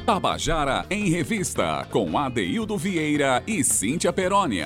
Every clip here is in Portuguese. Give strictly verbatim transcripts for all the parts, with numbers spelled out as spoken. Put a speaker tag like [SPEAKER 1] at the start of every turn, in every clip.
[SPEAKER 1] Tabajara em Revista, com Adeildo Vieira e Cíntia Perônia.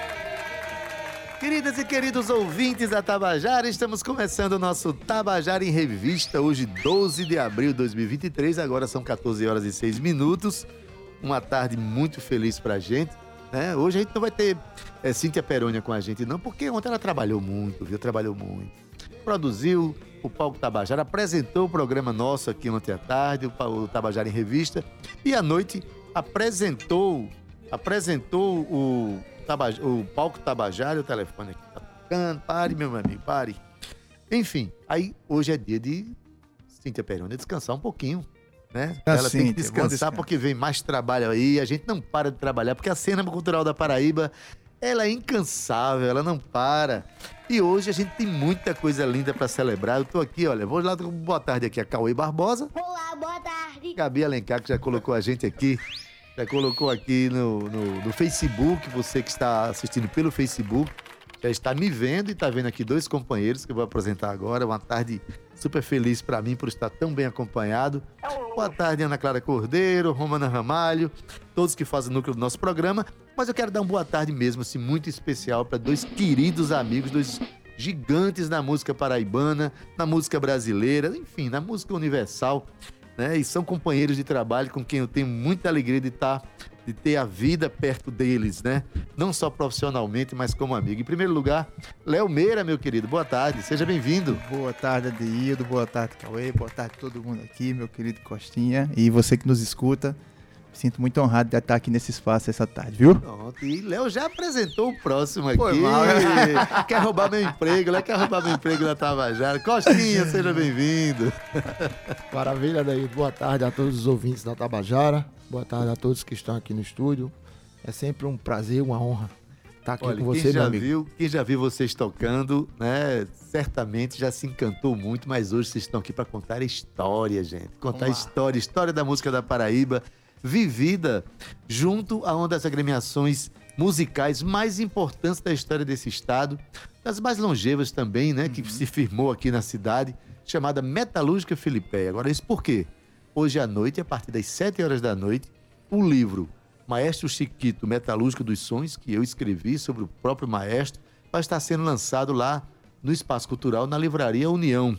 [SPEAKER 2] Queridas e queridos ouvintes da Tabajara, estamos começando o nosso Tabajara em Revista, hoje doze de abril de dois mil e vinte e três, agora são quatorze horas e seis minutos, uma tarde muito feliz pra gente, né? Hoje a gente não vai ter é, Cíntia Perônia com a gente não, porque ontem ela trabalhou muito, viu? Trabalhou muito. Produziu o Palco Tabajara, apresentou o programa nosso aqui ontem à tarde, o Tabajara em Revista, e à noite apresentou, apresentou o, Tabaj, o Palco Tabajara, o telefone aqui tá tocando, pare meu amigo, pare. Enfim, aí hoje é dia de Cíntia Perônia descansar um pouquinho, né?
[SPEAKER 3] Ah,
[SPEAKER 2] Ela
[SPEAKER 3] Cíntia,
[SPEAKER 2] tem que descansar porque vem mais trabalho aí, a gente não para de trabalhar, porque a cena cultural da Paraíba, ela é incansável, ela não para. E hoje a gente tem muita coisa linda pra celebrar. Eu tô aqui, olha, vou lá, boa tarde aqui a Cauê Barbosa.
[SPEAKER 4] Olá, boa tarde.
[SPEAKER 2] Gabi Alencar, que já colocou a gente aqui, já colocou aqui no, no, no Facebook, você que está assistindo pelo Facebook, já está me vendo e está vendo aqui dois companheiros que eu vou apresentar agora. Uma tarde super feliz para mim por estar tão bem acompanhado. Boa tarde, Ana Clara Cordeiro, Romana Ramalho, todos que fazem o núcleo do nosso programa. Mas eu quero dar uma boa tarde mesmo, assim, muito especial para dois queridos amigos, dois gigantes na música paraibana, na música brasileira, enfim, na música universal, né? E são companheiros de trabalho com quem eu tenho muita alegria de estar, de ter a vida perto deles, né? Não só profissionalmente, mas como amigo. Em primeiro lugar, Léo Meira, meu querido, boa tarde, seja bem-vindo.
[SPEAKER 3] Boa tarde, Adeildo, boa tarde, Cauê, boa tarde a todo mundo aqui, meu querido Costinha, e você que nos escuta. Sinto muito honrado de estar aqui nesse espaço essa tarde, viu?
[SPEAKER 2] Pronto, e Léo já apresentou o próximo aqui.
[SPEAKER 3] Foi mal, né?
[SPEAKER 2] Quer roubar meu emprego, né? Quer roubar meu emprego na Tabajara. Costinha, seja bem-vindo.
[SPEAKER 5] Maravilha, daí. Boa tarde a todos os ouvintes da Tabajara. Boa tarde a todos que estão aqui no estúdio. É sempre um prazer, uma honra estar aqui
[SPEAKER 2] Olha,
[SPEAKER 5] com você,
[SPEAKER 2] quem já
[SPEAKER 5] meu amigo.
[SPEAKER 2] Viu, quem já viu vocês tocando, né? Certamente já se encantou muito, mas hoje vocês estão aqui para contar história, gente. Contar história, história da música da Paraíba, vivida junto a uma das agremiações musicais mais importantes da história desse estado, das mais longevas também, né, que se firmou aqui na cidade, chamada Metalúrgica Filipeia. Agora, isso por quê? Hoje à noite, a partir das sete horas da noite, o livro Maestro Chiquito, Metalúrgico dos Sons, que eu escrevi sobre o próprio maestro, vai estar sendo lançado lá no Espaço Cultural, na Livraria União.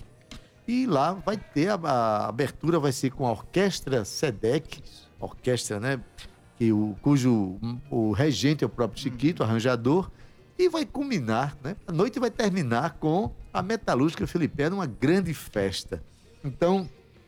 [SPEAKER 2] E lá vai ter, a, a abertura vai ser com a Orquestra SEDEC, orquestra, né, que o, cujo o regente é o próprio Chiquito, arranjador, e vai culminar, né, a noite vai terminar com a Metalúrgica Filipeia, numa grande festa. Então,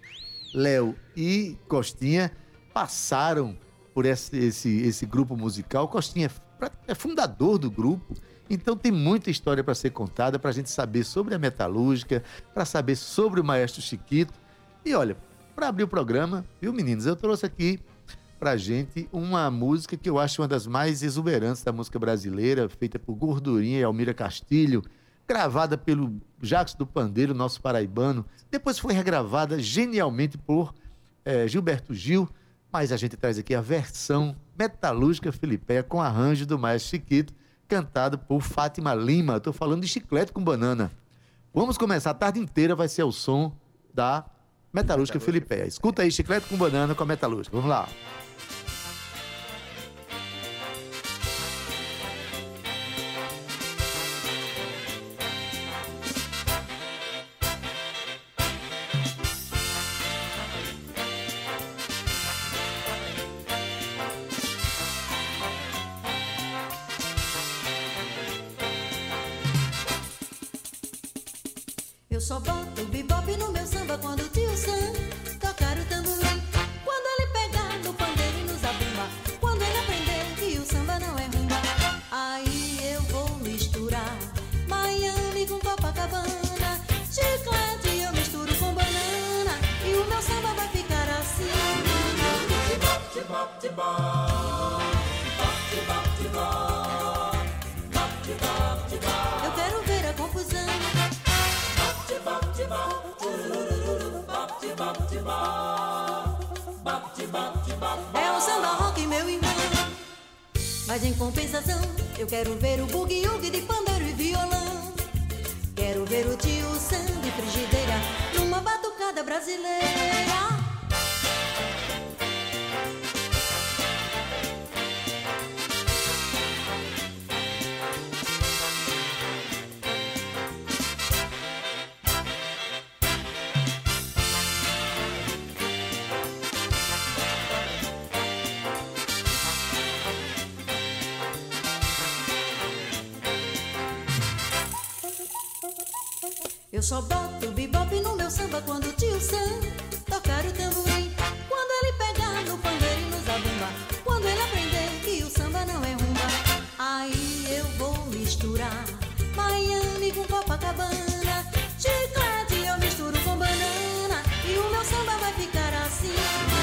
[SPEAKER 2] Léo e Costinha passaram por esse, esse, esse grupo musical. Costinha é fundador do grupo, então tem muita história para ser contada, para a gente saber sobre a Metalúrgica, para saber sobre o Maestro Chiquito. E olha, para abrir o programa, viu, meninos? Eu trouxe aqui pra gente uma música que eu acho uma das mais exuberantes da música brasileira, feita por Gordurinha e Almira Castilho, gravada pelo Jacques do Pandeiro, nosso paraibano. Depois foi regravada genialmente por eh, Gilberto Gil, mas a gente traz aqui a versão Metalúrgica Filipeia com arranjo do Maestro Chiquito, cantado por Fátima Lima. Estou falando de Chiclete com Banana. Vamos começar, a tarde inteira vai ser o som da Metalúrgica Filipeia. Escuta aí, Chiclete com Banana com a Metalúrgica. Vamos lá.
[SPEAKER 6] Eu só boto bebop no meu samba quando o tio Sam tocar o tamborim. Quando ele pegar no pandeiro e nos zabumba, quando ele aprender que o samba não é rumba, aí eu vou misturar Miami com Copacabana, chiclete eu misturo com banana, e o meu samba vai ficar assim. Eu quero ver a confusão. É um samba rock, meu irmão. Mas em compensação, eu quero ver o bugue-ugue de pandeiro e violão. Quero ver o tio Sam de frigideira numa batucada brasileira. Eu só boto bebop no meu samba quando o tio Sam tocar o tamborim. Quando ele pegar no pandeiro e nos zabumba, quando ele aprender que o samba não é rumba, aí eu vou misturar Miami com Copacabana, chiclete eu misturo com banana, e o meu samba vai ficar assim.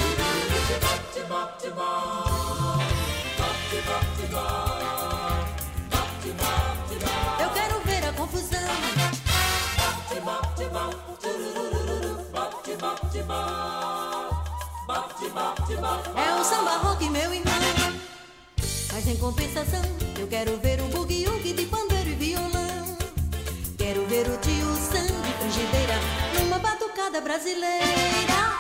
[SPEAKER 6] Eu quero ver a confusão. É o samba rock, meu irmão. Mas em compensação, eu quero ver o bugue-ugue de pandeiro e violão. Quero ver o tio Sam de frigideira numa batucada brasileira.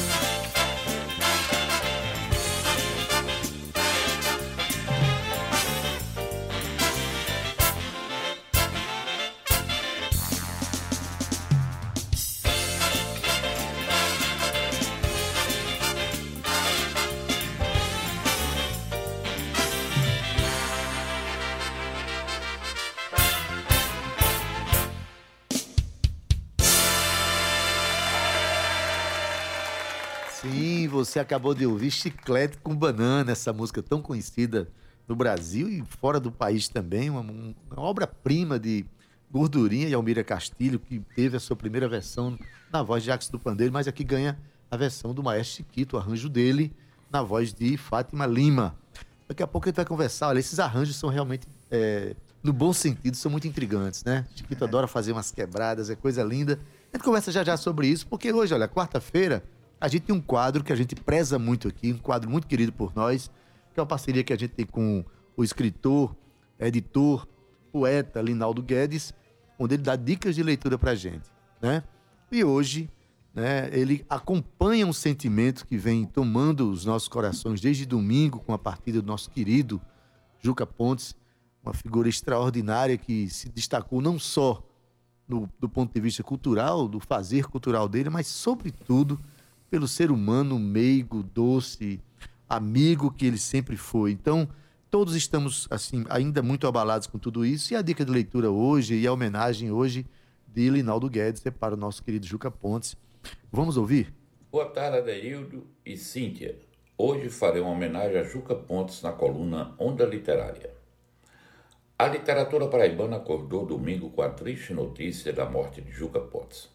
[SPEAKER 2] Sim, você acabou de ouvir Chiclete com Banana, essa música tão conhecida no Brasil e fora do país também, uma, uma obra-prima de Gordurinha e Almira Castilho, que teve a sua primeira versão na voz de Jacques do Pandeiro, mas aqui ganha a versão do Maestro Chiquito, o arranjo dele, na voz de Fátima Lima. Daqui a pouco a gente vai conversar, olha, esses arranjos são realmente, é, no bom sentido, são muito intrigantes, né? Chiquito é. adora fazer umas quebradas, é coisa linda. A gente conversa já já sobre isso, porque hoje, olha, quarta-feira, a gente tem um quadro que a gente preza muito aqui, um quadro muito querido por nós, que é uma parceria que a gente tem com o escritor, editor, poeta Linaldo Guedes, onde ele dá dicas de leitura pra gente, né? E hoje, né, ele acompanha um sentimento que vem tomando os nossos corações desde domingo, com a partida do nosso querido Juca Pontes, uma figura extraordinária que se destacou não só no, do ponto de vista cultural, do fazer cultural dele, mas sobretudo pelo ser humano meigo, doce, amigo que ele sempre foi. Então, todos estamos, assim, ainda muito abalados com tudo isso. E a dica de leitura hoje e a homenagem hoje de Linaldo Guedes é para o nosso querido Juca Pontes. Vamos ouvir?
[SPEAKER 4] Boa tarde, Adeildo e Cíntia. Hoje farei uma homenagem a Juca Pontes na coluna Onda Literária. A literatura paraibana acordou domingo com a triste notícia da morte de Juca Pontes.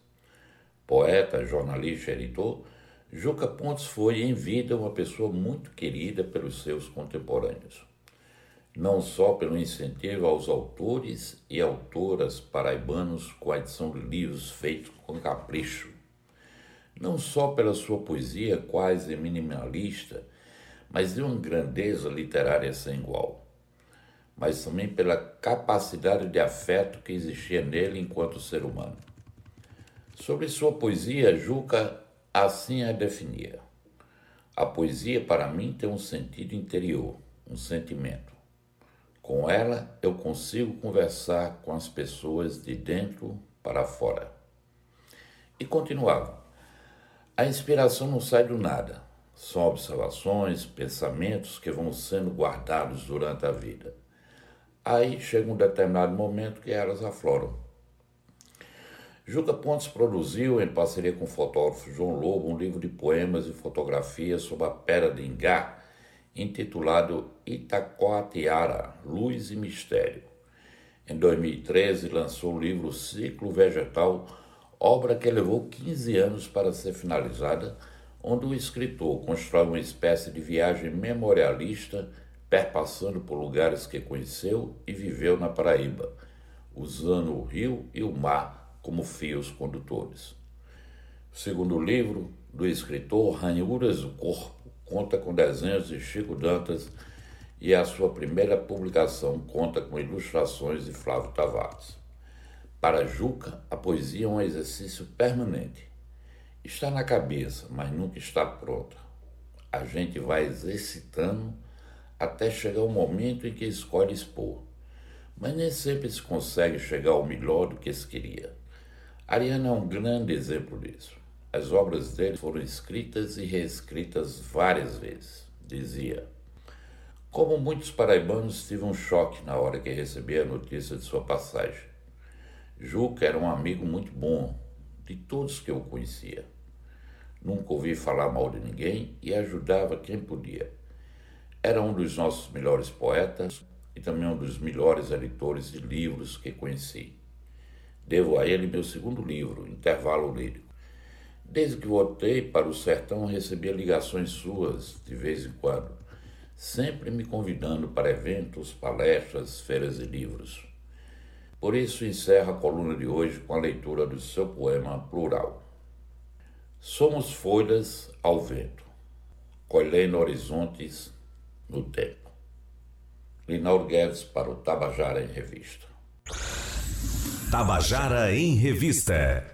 [SPEAKER 4] Poeta, jornalista e editor, Juca Pontes foi, em vida, uma pessoa muito querida pelos seus contemporâneos. Não só pelo incentivo aos autores e autoras paraibanos com a edição de livros feitos com capricho, não só pela sua poesia quase minimalista, mas de uma grandeza literária sem igual, mas também pela capacidade de afeto que existia nele enquanto ser humano. Sobre sua poesia, Juca assim a definia: a poesia para mim tem um sentido interior, um sentimento. Com ela eu consigo conversar com as pessoas de dentro para fora. E continuava: a inspiração não sai do nada, são observações, pensamentos que vão sendo guardados durante a vida. Aí chega um determinado momento que elas afloram. Juca Pontes produziu, em parceria com o fotógrafo João Lobo, um livro de poemas e fotografias sobre a Pera de Ingá, intitulado Itacoatiara, Luz e Mistério. Em dois mil e treze, lançou o livro Ciclo Vegetal, obra que levou quinze anos para ser finalizada, onde o escritor constrói uma espécie de viagem memorialista, perpassando por lugares que conheceu e viveu na Paraíba, usando o rio e o mar como fios condutores. O segundo livro, do escritor Ranhuras do Corpo, conta com desenhos de Chico Dantas e a sua primeira publicação conta com ilustrações de Flávio Tavares. Para Juca, a poesia é um exercício permanente. Está na cabeça, mas nunca está pronta. A gente vai exercitando até chegar o momento em que escolhe expor, mas nem sempre se consegue chegar ao melhor do que se queria. Ariano é um grande exemplo disso. As obras dele foram escritas e reescritas várias vezes. Dizia: como muitos paraibanos, tive um choque na hora que recebi a notícia de sua passagem. Juca era um amigo muito bom, de todos que eu conhecia. Nunca ouvi falar mal de ninguém e ajudava quem podia. Era um dos nossos melhores poetas e também um dos melhores editores de livros que conheci. Devo a ele meu segundo livro, Intervalo Lírico. Desde que voltei para o sertão, recebia ligações suas, de vez em quando, sempre me convidando para eventos, palestras, feiras de livros. Por isso, encerro a coluna de hoje com a leitura do seu poema Plural. Somos folhas ao vento, colhendo horizontes no tempo. Linaldo Guedes para o Tabajara em Revista.
[SPEAKER 7] Tabajara em Revista.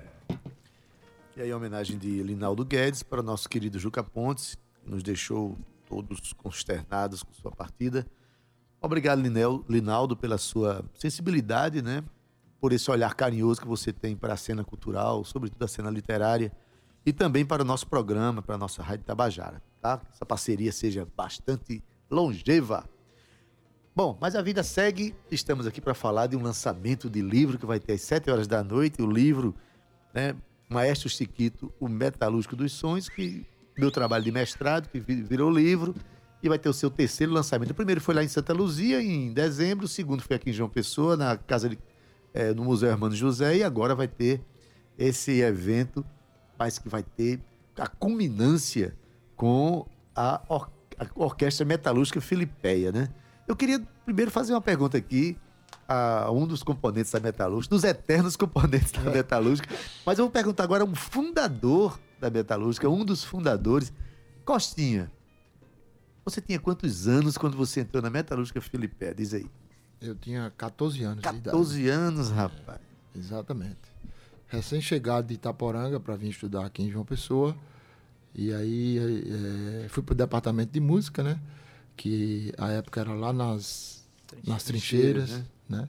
[SPEAKER 2] E aí a homenagem de Linaldo Guedes para o nosso querido Juca Pontes, que nos deixou todos consternados com sua partida. Obrigado, Linel, Linaldo, pela sua sensibilidade, né? Por esse olhar carinhoso que você tem para a cena cultural, sobretudo a cena literária, e também para o nosso programa, para a nossa Rádio Tabajara, tá? Que essa parceria seja bastante longeva. Bom, mas a vida segue. Estamos aqui para falar de um lançamento de livro que vai ter às sete horas da noite. O livro, né, Maestro Chiquito, o Metalúrgico dos Sonhos, que meu trabalho de mestrado, que virou livro, e vai ter o seu terceiro lançamento. O primeiro foi lá em Santa Luzia, em dezembro. O segundo foi aqui em João Pessoa, na casa de, é, no Museu Hermano José. E agora vai ter esse evento, mas que vai ter a culminância com a, or a Orquestra Metalúrgica Filipeia, né? Eu queria primeiro fazer uma pergunta aqui a um dos componentes da Metalúrgica, dos eternos componentes da Metalúrgica, mas eu vou perguntar agora a um fundador da Metalúrgica, um dos fundadores. Costinha, você tinha quantos anos quando você entrou na Metalúrgica Filipeia? Diz aí.
[SPEAKER 5] Eu tinha catorze anos de idade.
[SPEAKER 2] catorze anos, rapaz.
[SPEAKER 5] Exatamente. Recém-chegado de Itaporanga para vir estudar aqui em João Pessoa. E aí é, fui para o departamento de música, né? Que a época era lá nas, nas trincheiras, né? né?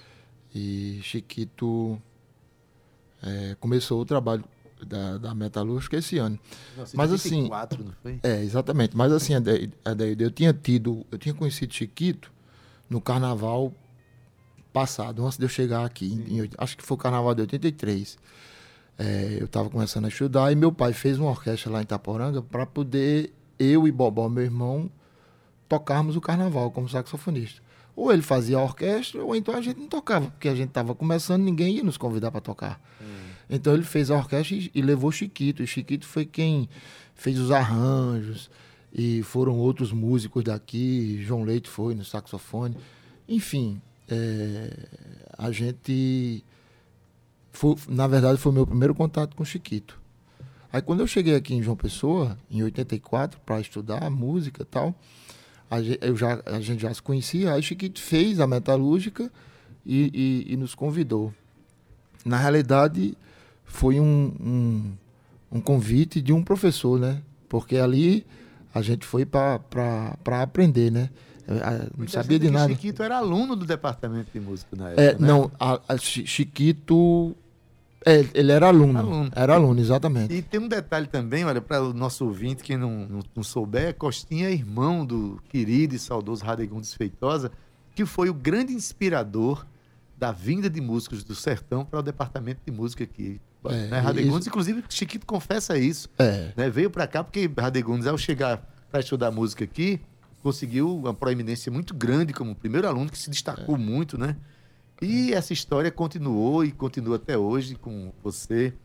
[SPEAKER 5] E Chiquito é, começou o trabalho da, da Metalúrgica esse ano. Mas assim,
[SPEAKER 2] não foi?
[SPEAKER 5] É, exatamente. Mas assim, Adaildo, eu tinha tido, eu tinha conhecido Chiquito no carnaval passado, antes de eu chegar aqui. Em, acho que foi o carnaval de oitenta e três. É, eu estava começando a estudar e meu pai fez uma orquestra lá em Itaporanga para poder eu e Bobó, meu irmão, tocarmos o carnaval como saxofonista. Ou ele fazia a orquestra, ou então a gente não tocava, porque a gente estava começando, ninguém ia nos convidar para tocar. Hum. Então ele fez a orquestra e, e levou Chiquito. E Chiquito foi quem fez os arranjos, e foram outros músicos daqui, João Leite foi no saxofone. Enfim, é, a gente... Foi, na verdade, foi o meu primeiro contato com Chiquito. Aí quando eu cheguei aqui em João Pessoa, em oitenta e quatro, para estudar música e tal, a gente, eu já, a gente já se conhecia, aí Chiquito fez a Metalúrgica e, e, e nos convidou. Na realidade, foi um, um, um convite de um professor, né? Porque ali a gente foi para aprender, né? Eu, eu não sabia de nada.
[SPEAKER 2] Chiquito era aluno do departamento de música na época,
[SPEAKER 5] é,
[SPEAKER 2] né?
[SPEAKER 5] Não, a, a Chiquito... É, ele era aluno, aluno, era aluno, exatamente.
[SPEAKER 2] E tem um detalhe também, olha, para o nosso ouvinte que não, não, não souber, Costinha é irmão do querido e saudoso Radegundes Feitosa, que foi o grande inspirador da vinda de músicos do sertão para o departamento de música aqui. É, né? Radegundes, isso... inclusive, Chiquito confessa isso. É. Né? Veio para cá porque Radegundes, ao chegar para estudar música aqui, conseguiu uma proeminência muito grande como primeiro aluno, que se destacou é. muito, né? E essa história continuou e continua até hoje com você,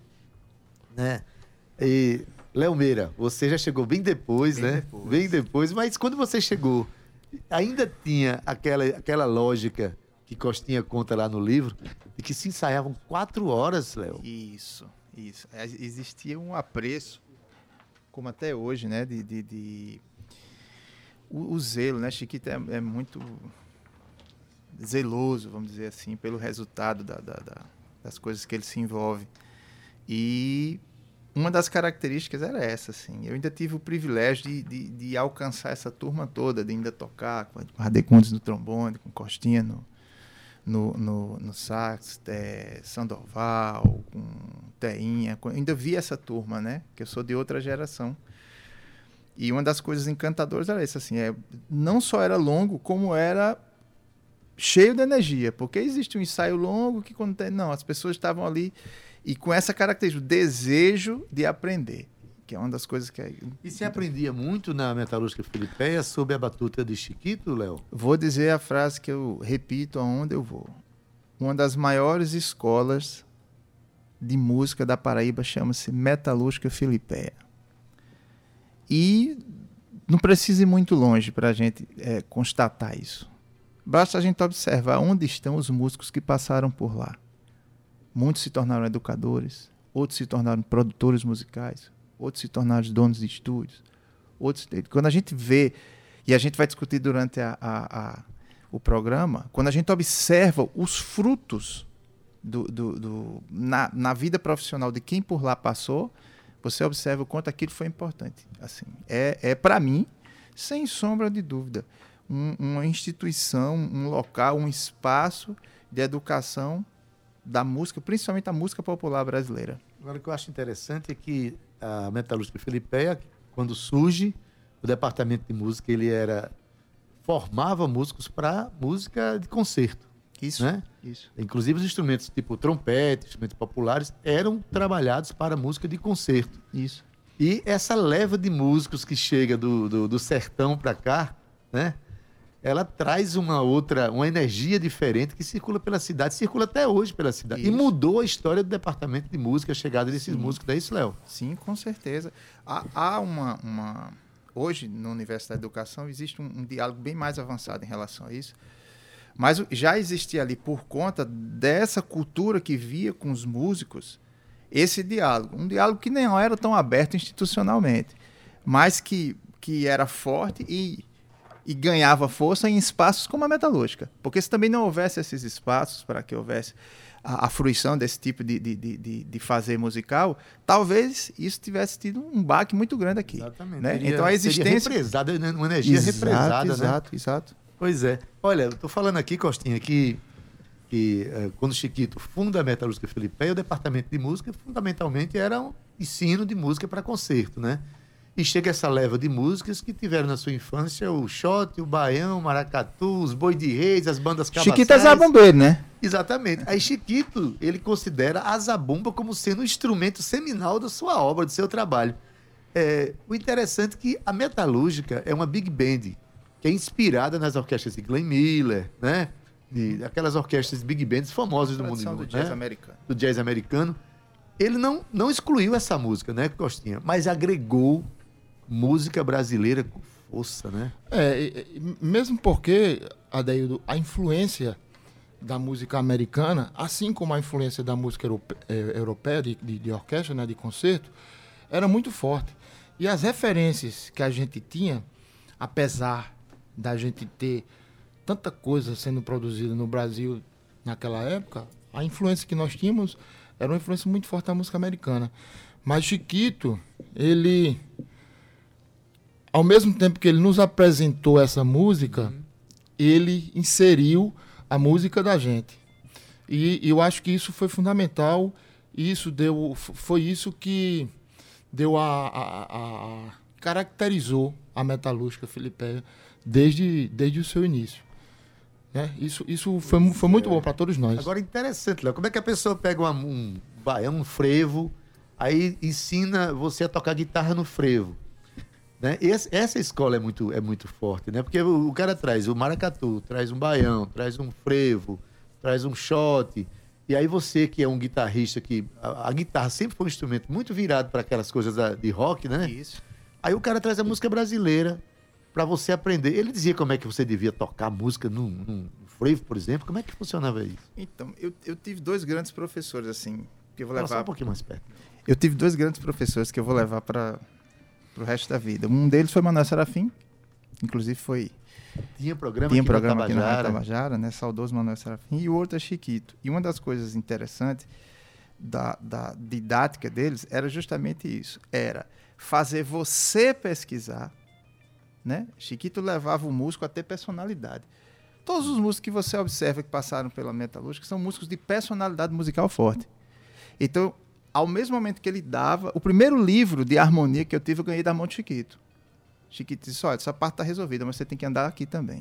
[SPEAKER 2] né? E, Léo Meira, você já chegou bem depois, bem né? Depois. Bem depois, mas quando você chegou, ainda tinha aquela, aquela lógica que Costinha conta lá no livro, de que se ensaiavam quatro horas, Léo.
[SPEAKER 3] Isso, isso. Existia um apreço, como até hoje, né? De, de, de... O, o zelo, né? Chiquito é, é muito... zeloso, vamos dizer assim, pelo resultado da, da, da, das coisas que ele se envolve. E uma das características era essa, assim. Eu ainda tive o privilégio de, de, de alcançar essa turma toda, de ainda tocar com Radegundes no trombone, com Costinha no, no, no, no sax, é, Sandoval, com Teinha. Com, ainda vi essa turma, né? Que eu sou de outra geração. E uma das coisas encantadoras era isso, assim. É, não só era longo, como era... cheio de energia, porque existe um ensaio longo que quando tem, não, as pessoas estavam ali e com essa característica, o desejo de aprender, que é uma das coisas que... É...
[SPEAKER 2] E se aprendia muito na Metalúrgica Filipeia sob a batuta de Chiquito, Léo?
[SPEAKER 3] Vou dizer a frase que eu repito aonde eu vou. Uma das maiores escolas de música da Paraíba chama-se Metalúrgica Filipeia. E não precisa ir muito longe para a gente é, constatar isso. Basta a gente observar onde estão os músicos que passaram por lá. Muitos se tornaram educadores, outros se tornaram produtores musicais, outros se tornaram donos de estúdios. Outros... Quando a gente vê, e a gente vai discutir durante a, a, a, o programa, quando a gente observa os frutos do, do, do, na, na vida profissional de quem por lá passou, você observa o quanto aquilo foi importante. Assim, é, é para mim, sem sombra de dúvida, um, uma instituição, um local, um espaço de educação da música, principalmente a música popular brasileira.
[SPEAKER 2] Agora, o que eu acho interessante é que a Metalúrgica Filipeia, quando surge, o departamento de música, ele era formava músicos para música de concerto.
[SPEAKER 3] Isso,
[SPEAKER 2] né?
[SPEAKER 3] isso.
[SPEAKER 2] Inclusive os instrumentos tipo trompete, instrumentos populares, eram trabalhados para música de concerto.
[SPEAKER 3] Isso.
[SPEAKER 2] E essa leva de músicos que chega do, do, do sertão para cá, né? Ela traz uma outra, uma energia diferente que circula pela cidade, circula até hoje pela cidade.
[SPEAKER 3] Isso.
[SPEAKER 2] E mudou a história do departamento de música, a chegada desses
[SPEAKER 3] Sim.
[SPEAKER 2] músicos. Não é isso, Léo?
[SPEAKER 3] Sim, com certeza. Há, há uma, uma... Hoje, no universo da educação, existe um, um diálogo bem mais avançado em relação a isso. Mas já existia ali, por conta dessa cultura que via com os músicos, esse diálogo. Um diálogo que não era tão aberto institucionalmente, mas que, que era forte e, e ganhava força em espaços como a Metalúrgica. Porque se também não houvesse esses espaços para que houvesse a, a fruição desse tipo de, de, de, de fazer musical, talvez isso tivesse tido um baque muito grande aqui.
[SPEAKER 2] Exatamente.
[SPEAKER 3] Né?
[SPEAKER 2] Seria,
[SPEAKER 3] então a existência...
[SPEAKER 2] seria represada, uma energia
[SPEAKER 3] exato,
[SPEAKER 2] represada.
[SPEAKER 3] Exato,
[SPEAKER 2] né?
[SPEAKER 3] exato, exato.
[SPEAKER 2] Pois é. Olha, eu estou falando aqui, Costinha, que, que eh, quando Chiquito funda a Metalúrgica Filipeia, o departamento de música fundamentalmente era um ensino de música para concerto, né? E chega essa leva de músicas que tiveram na sua infância o xote, o baião, o maracatu, os boi de reis, as bandas cabaçais.
[SPEAKER 3] Chiquito é zabumbeiro, né?
[SPEAKER 2] Exatamente. Aí Chiquito, ele considera a zabumba como sendo o instrumento seminal da sua obra, do seu trabalho. É, o interessante é que a Metalúrgica é uma big band, que é inspirada nas orquestras de Glenn Miller, né? De, aquelas orquestras big bands famosas do mundo.
[SPEAKER 3] Do jazz
[SPEAKER 2] né?
[SPEAKER 3] americano.
[SPEAKER 2] Do jazz americano. Ele não, não excluiu essa música, né, Costinha? Mas agregou música brasileira com força, né?
[SPEAKER 5] É, e, e, mesmo porque, Adeildo, a influência da música americana, assim como a influência da música europe, eh, europeia, de, de, de orquestra, né, de concerto, era muito forte. E as referências que a gente tinha, apesar da gente ter tanta coisa sendo produzida no Brasil naquela época, a influência que nós tínhamos era uma influência muito forte da música americana. Mas Chiquito, ele, ao mesmo tempo que ele nos apresentou essa música, uhum. ele inseriu a música da gente. E, e eu acho que isso foi fundamental, e isso deu, foi isso que deu a, a, a, a caracterizou a Metalúrgica Filipeia desde, desde o seu início. Né? Isso, isso foi, foi muito bom para todos nós.
[SPEAKER 2] Agora, interessante, Léo, como é que a pessoa pega uma, um baião, um frevo, aí ensina você a tocar guitarra no frevo? Né? Esse, essa escola é muito, é muito forte, né? Porque o, o cara traz o maracatu, traz um baião, traz um frevo, traz um shot, e aí você que é um guitarrista, que a, a guitarra sempre foi um instrumento muito virado para aquelas coisas da, de rock, né?
[SPEAKER 3] Isso.
[SPEAKER 2] Aí o cara traz a música brasileira para você aprender. Ele dizia como é que você devia tocar música num, num frevo, por exemplo. Como é que funcionava isso?
[SPEAKER 3] Então, eu, eu tive dois grandes professores, assim, que eu vou
[SPEAKER 2] Fala
[SPEAKER 3] levar...
[SPEAKER 2] só um pouquinho mais perto.
[SPEAKER 3] Eu tive dois grandes professores que eu vou levar para o resto da vida. Um deles foi Manuel Serafim, inclusive foi...
[SPEAKER 2] Tinha programa,
[SPEAKER 3] Tinha
[SPEAKER 2] aqui,
[SPEAKER 3] programa
[SPEAKER 2] na
[SPEAKER 3] aqui na
[SPEAKER 2] Tabajara.
[SPEAKER 3] Rádio Tabajara, né? Saudoso Manuel Serafim. E o outro é Chiquito. E uma das coisas interessantes da, da didática deles era justamente isso. Era fazer você pesquisar, né? Chiquito levava o músico a ter personalidade. Todos os músicos que você observa que passaram pela Metalúrgica são músicos de personalidade musical forte. Então, ao mesmo momento que ele dava... O primeiro livro de harmonia que eu tive, eu ganhei da mão de Chiquito. Chiquito disse, olha, essa parte está resolvida, mas você tem que andar aqui também.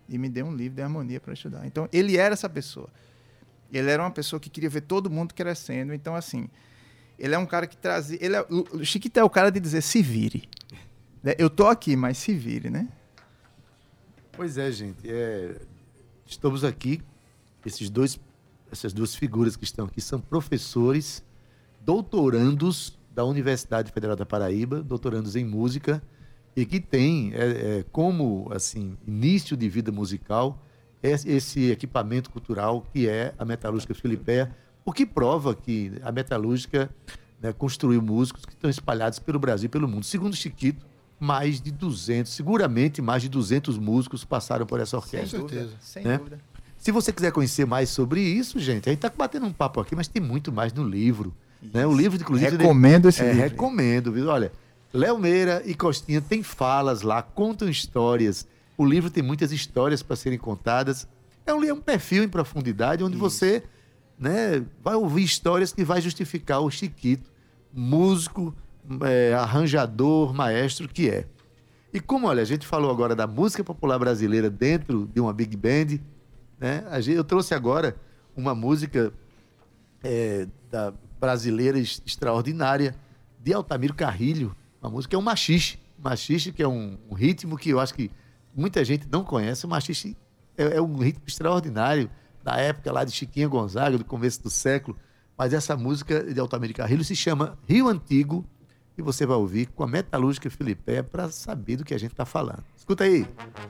[SPEAKER 3] e me deu um livro de harmonia para estudar. Então, ele era essa pessoa. Ele era uma pessoa que queria ver todo mundo crescendo. Então, assim, ele é um cara que trazia... Ele é, o Chiquito é o cara de dizer, se vire. Eu tô aqui, mas se vire, né?
[SPEAKER 2] Pois é, gente. É... Estamos aqui, esses dois, essas duas figuras que estão aqui são professores, doutorandos da Universidade Federal da Paraíba, doutorandos em música, e que têm é, é, como assim, início de vida musical esse equipamento cultural que é a Metalúrgica Filipéia, o que prova que a Metalúrgica, né, construiu músicos que estão espalhados pelo Brasil e pelo mundo. Segundo Chiquito, mais de duzentos, seguramente mais de duzentos músicos passaram por essa orquestra.
[SPEAKER 3] Sem dúvida. Sem
[SPEAKER 2] né?
[SPEAKER 3] dúvida.
[SPEAKER 2] Se você quiser conhecer mais sobre isso, gente, a gente está batendo um papo aqui, mas tem muito mais no livro. Né? O livro, inclusive...
[SPEAKER 3] Recomendo esse
[SPEAKER 2] é,
[SPEAKER 3] livro.
[SPEAKER 2] Recomendo, viu? Olha, Léo Meira e Costinha tem falas lá, contam histórias. O livro tem muitas histórias para serem contadas. É um, é um perfil em profundidade, onde isso. você, né, vai ouvir histórias que vai justificar o Chiquito, músico, é, arranjador, maestro que é. E como, olha, a gente falou agora da música popular brasileira dentro de uma big band, né? A gente, eu trouxe agora uma música é, da brasileira extraordinária de Altamiro Carrilho. Uma música é um machixe. Machixe, que é um, um ritmo que eu acho que muita gente não conhece. O machixe é, é um ritmo extraordinário da época lá de Chiquinha Gonzaga, do começo do século. Mas essa música de Altamiro Carrilho se chama Rio Antigo e você vai ouvir com a Metalúrgica Filipéia para saber do que a gente está falando. Escuta aí.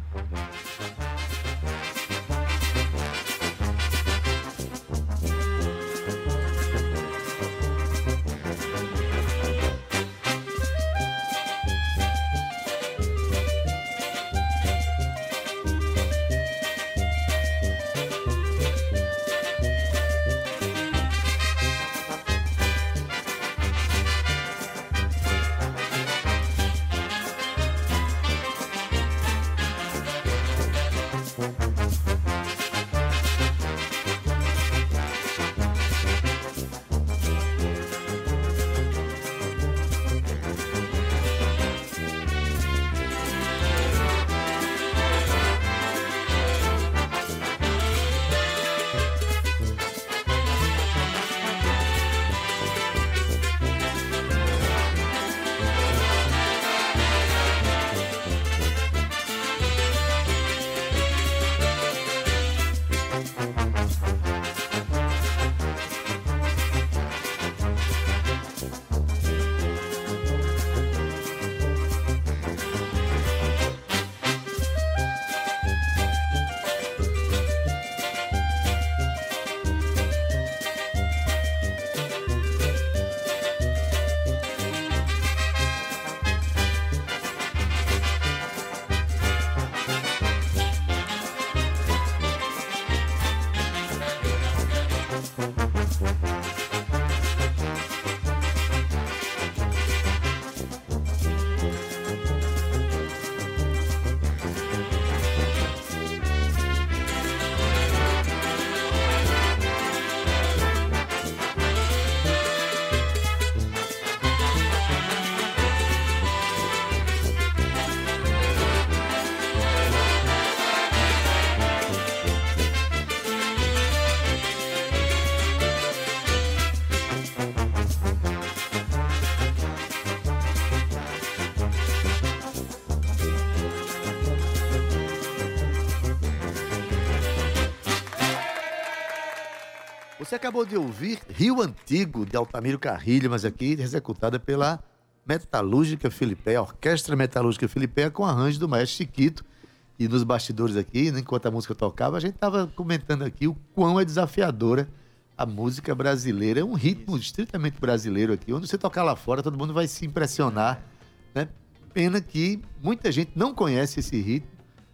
[SPEAKER 2] Você acabou de ouvir Rio Antigo, de Altamiro Carrilho, mas aqui executada pela Metalúrgica Filipéia, a Orquestra Metalúrgica Filipéia, com arranjo do maestro Chiquito. E nos bastidores aqui, enquanto a música tocava, a gente estava comentando aqui o quão é desafiadora a música brasileira. É um ritmo estritamente brasileiro aqui, onde você tocar lá fora, todo mundo vai se impressionar, né? Pena que muita gente não conhece esse ritmo,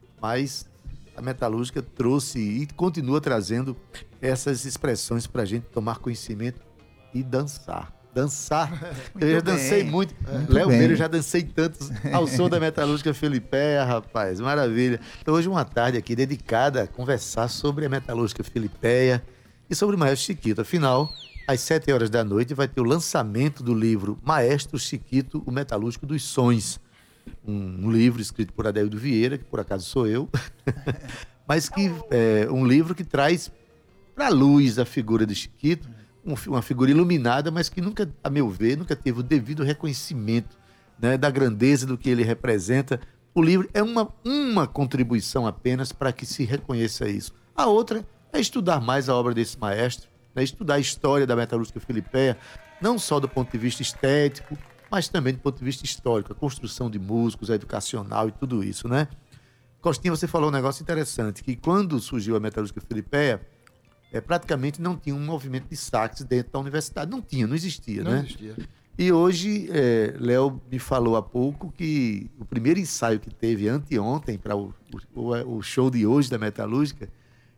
[SPEAKER 2] mas a Metalúrgica trouxe e continua trazendo essas expressões para a gente tomar conhecimento e dançar. Dançar. Eu já dancei muito. Léo Meira, eu já dancei tantos ao som da Metalúrgica Filipéia, rapaz. Maravilha. Então, hoje uma tarde aqui dedicada a conversar sobre a Metalúrgica Filipéia e sobre o Maestro Chiquito. Afinal, às sete horas da noite vai ter o lançamento do livro Maestro Chiquito, o Metalúrgico dos Sons. Um, um livro escrito por Adeildo Vieira, que por acaso sou eu, mas que é um livro que traz para a luz a figura de Chiquito, um, uma figura iluminada, mas que nunca, a meu ver, nunca teve o devido reconhecimento, né, da grandeza do que ele representa. O livro é uma, uma contribuição apenas para que se reconheça isso. A outra é estudar mais a obra desse maestro, né, estudar a história da metalúrgica filipeia, não só do ponto de vista estético, mas também do ponto de vista histórico, a construção de músicos, a educacional e tudo isso, né? Costinha, você falou um negócio interessante, que quando surgiu a metalúrgica filipeia, é, praticamente não tinha um movimento de sax dentro da universidade. Não tinha, não existia,
[SPEAKER 5] Não
[SPEAKER 2] né?
[SPEAKER 5] existia.
[SPEAKER 2] E hoje, é, Léo me falou há pouco que o primeiro ensaio que teve anteontem para o, o, o show de hoje da metalúrgica,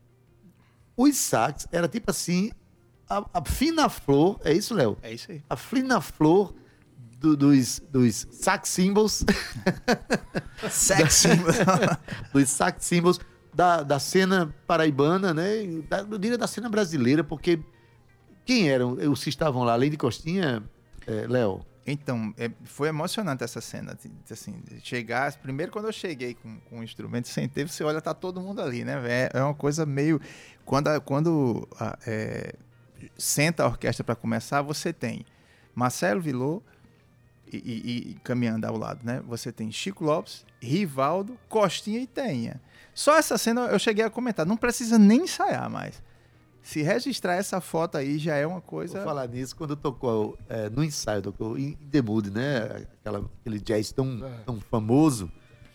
[SPEAKER 2] os sax era tipo assim, a, a fina flor, é isso, Léo?
[SPEAKER 3] É isso aí.
[SPEAKER 2] A fina flor do- dos, dos sax cymbals,
[SPEAKER 3] Sex symbol.
[SPEAKER 2] dos sax cymbals da, da cena paraibana, né? E da, eu diria da cena brasileira, porque quem eram os que estavam lá, além de Costinha, é, Léo?
[SPEAKER 3] Então, é, foi emocionante essa cena, de- de, assim, de chegar, primeiro quando eu cheguei com, com o instrumento, sentei, você olha, tá todo mundo ali, né, velho? É uma coisa meio, quando, a- quando a- é, senta a orquestra para começar, você tem Marcelo Vilô e, e- e caminhando ao lado, né, você tem Chico Lopes, Rivaldo, Costinha e Tenha. Só essa cena eu cheguei a comentar, não precisa nem ensaiar mais. Se registrar essa foto aí já é uma coisa...
[SPEAKER 2] Vou falar nisso, quando tocou é, no ensaio, tocou em The Mood, né? Aquela, aquele jazz tão,
[SPEAKER 5] É.
[SPEAKER 2] tão famoso,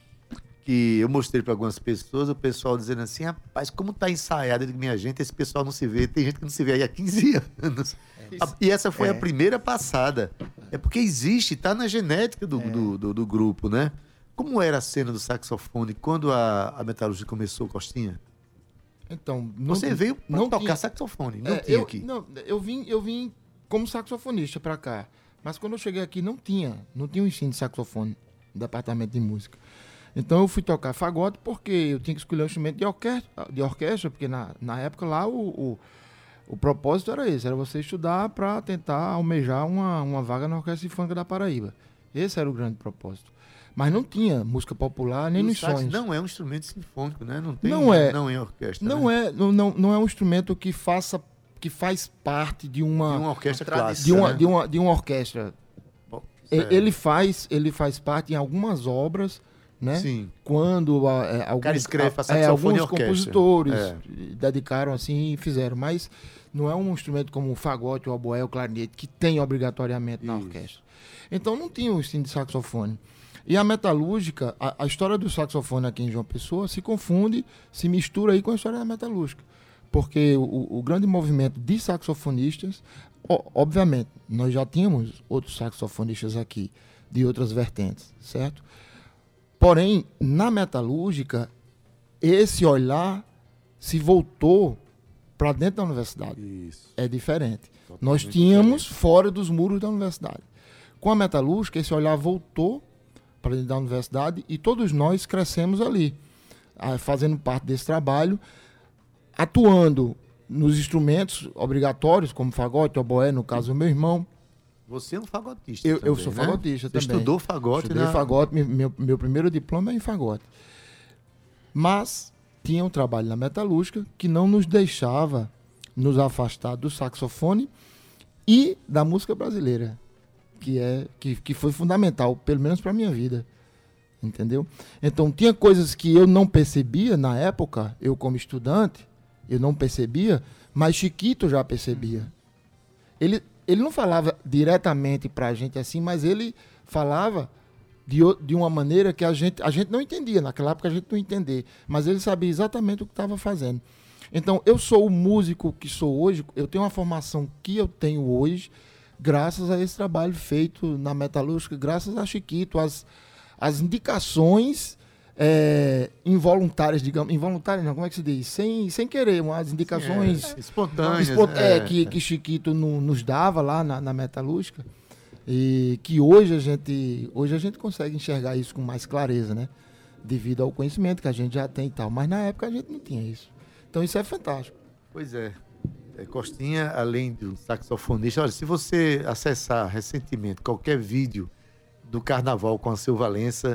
[SPEAKER 2] que eu mostrei para algumas pessoas, o pessoal dizendo assim, rapaz, como tá ensaiado. Eu digo, minha gente, esse pessoal não se vê, tem gente que não se vê aí há quinze anos. A- e essa foi
[SPEAKER 3] É.
[SPEAKER 2] a primeira passada. É porque existe, tá na genética
[SPEAKER 3] É.
[SPEAKER 2] do, do, do- do grupo, né? Como era a cena do saxofone quando a, a metalurgia começou, Costinha?
[SPEAKER 5] Então, não
[SPEAKER 2] Você
[SPEAKER 5] tinha-
[SPEAKER 2] veio pra
[SPEAKER 5] não
[SPEAKER 2] tocar
[SPEAKER 5] tinha-
[SPEAKER 2] saxofone, não
[SPEAKER 5] É,
[SPEAKER 2] tinha
[SPEAKER 5] eu,
[SPEAKER 2] aqui.
[SPEAKER 5] Não, eu vim, eu vim como saxofonista pra cá. Mas quando eu cheguei aqui não tinha, não tinha um ensino de saxofone no departamento de música. Então eu fui tocar fagote porque eu tinha que escolher um instrumento de orquestra, de orquestra porque na, na época lá o, o, o propósito era esse, era você estudar para tentar almejar uma, uma vaga na Orquestra Sinfônica da Paraíba. Esse era o grande propósito. Mas não tinha música popular nem
[SPEAKER 2] O
[SPEAKER 5] nos
[SPEAKER 2] sax
[SPEAKER 5] sonhos.
[SPEAKER 2] não é um instrumento sinfônico, né? Não tem,
[SPEAKER 5] Não é.
[SPEAKER 2] Não em orquestra.
[SPEAKER 5] Não
[SPEAKER 2] né?
[SPEAKER 5] é, não, não, não é um instrumento que faça, que faz parte de uma,
[SPEAKER 2] De uma orquestra
[SPEAKER 3] Uma
[SPEAKER 2] clássica.
[SPEAKER 5] de uma,
[SPEAKER 2] né?
[SPEAKER 5] de uma, de uma orquestra.
[SPEAKER 2] Bom,
[SPEAKER 5] E-
[SPEAKER 2] certo.
[SPEAKER 5] Ele faz, ele faz parte em algumas obras, né?
[SPEAKER 2] Sim.
[SPEAKER 5] Quando ah, é, alguns,
[SPEAKER 2] cara escreve pra
[SPEAKER 5] ah,
[SPEAKER 2] saxofone
[SPEAKER 5] alguns
[SPEAKER 2] e orquestra.
[SPEAKER 5] compositores
[SPEAKER 2] É.
[SPEAKER 5] dedicaram assim e fizeram, mas não é um instrumento como o fagote, o oboé, o clarinete, que tem obrigatoriamente na
[SPEAKER 2] Isso.
[SPEAKER 5] orquestra. Então não tinha um ensino de saxofone. E a metalúrgica, a, a história do saxofone aqui em João Pessoa se confunde, se mistura aí com a história da metalúrgica. Porque o, o grande movimento de saxofonistas, o- obviamente, nós já tínhamos outros saxofonistas aqui, de outras vertentes, certo? Porém, na metalúrgica, esse olhar se voltou para dentro da universidade.
[SPEAKER 2] Isso.
[SPEAKER 5] É diferente. Nós tínhamos fora dos muros da universidade. Com a metalúrgica, esse olhar voltou para dentro da universidade e todos nós crescemos ali, ah, fazendo parte desse trabalho, atuando nos instrumentos obrigatórios, como fagote, oboé, no caso do meu irmão.
[SPEAKER 2] Você é um fagotista.
[SPEAKER 5] Eu, eu
[SPEAKER 2] também,
[SPEAKER 5] sou
[SPEAKER 2] né?
[SPEAKER 5] fagotista
[SPEAKER 2] Você
[SPEAKER 5] também.
[SPEAKER 2] estudou fagote,
[SPEAKER 5] Estudei
[SPEAKER 2] na...
[SPEAKER 5] fagote, meu- meu, meu primeiro diploma é em fagote. Mas tinha um trabalho na metalúrgica que não nos deixava nos afastar do saxofone e da música brasileira, que é que, que foi fundamental, pelo menos para minha vida. Entendeu? Então tinha coisas que eu não percebia na época, eu como estudante, eu não percebia, mas Chiquito já percebia. Ele, ele não falava diretamente pra gente assim, mas ele falava de, o- de uma maneira que a gente, a gente não entendia. Naquela época a gente não entendia, mas ele sabia exatamente o que estava fazendo. Então, eu sou o músico que sou hoje, eu tenho uma formação que eu tenho hoje, graças a esse trabalho feito na metalúrgica, graças a Chiquito, as, as indicações é, involuntárias, digamos, involuntárias não, como é que se diz? Sem, sem querer, umas indicações
[SPEAKER 2] É, espontâneas.
[SPEAKER 5] Espo- é,
[SPEAKER 2] é.
[SPEAKER 5] que, que Chiquito no- nos dava lá na, na metalúrgica e que hoje a gente hoje a gente consegue enxergar isso com mais clareza, né? Devido ao conhecimento que a gente já tem e tal, mas na época a gente não tinha isso. Então isso é fantástico.
[SPEAKER 2] Pois é. É, Costinha, além do saxofonista, olha, se você acessar recentemente qualquer vídeo do Carnaval com a Silva Valença,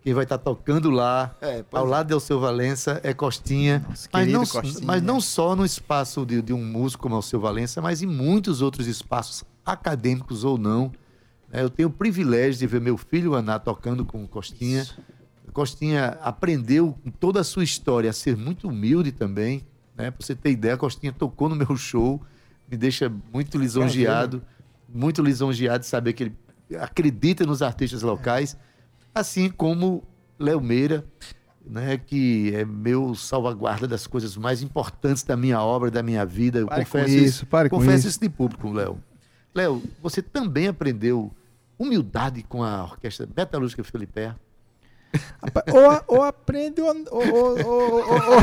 [SPEAKER 2] Quem vai estar tocando lá,
[SPEAKER 5] É, pois
[SPEAKER 2] ao
[SPEAKER 5] é.
[SPEAKER 2] lado de Alceu Valença, é Costinha.
[SPEAKER 3] Nossa,
[SPEAKER 2] mas,
[SPEAKER 3] querido
[SPEAKER 2] não,
[SPEAKER 3] Costinha.
[SPEAKER 2] mas não só no espaço de, de um músico como Alceu Valença, mas em muitos outros espaços, acadêmicos ou não. É, eu tenho o privilégio de ver meu filho Aná tocando com Costinha. Costinha aprendeu com toda a sua história a ser muito humilde também. Né? Para você ter ideia, Costinha tocou no meu show, me deixa muito lisonjeado, muito lisonjeado de saber que ele acredita nos artistas locais, assim como Léo Meira, né, que é meu salvaguarda das coisas mais importantes da minha obra, da minha vida. Eu
[SPEAKER 3] Pare com
[SPEAKER 2] confesso
[SPEAKER 3] isso, pare com
[SPEAKER 2] confesso
[SPEAKER 3] isso.
[SPEAKER 2] isso de público, Léo. Léo, você também aprendeu humildade com a Orquestra Metalúrgica Felipe?
[SPEAKER 3] Rapaz, ou, ou aprende ou, ou, ou, ou, ou, ou,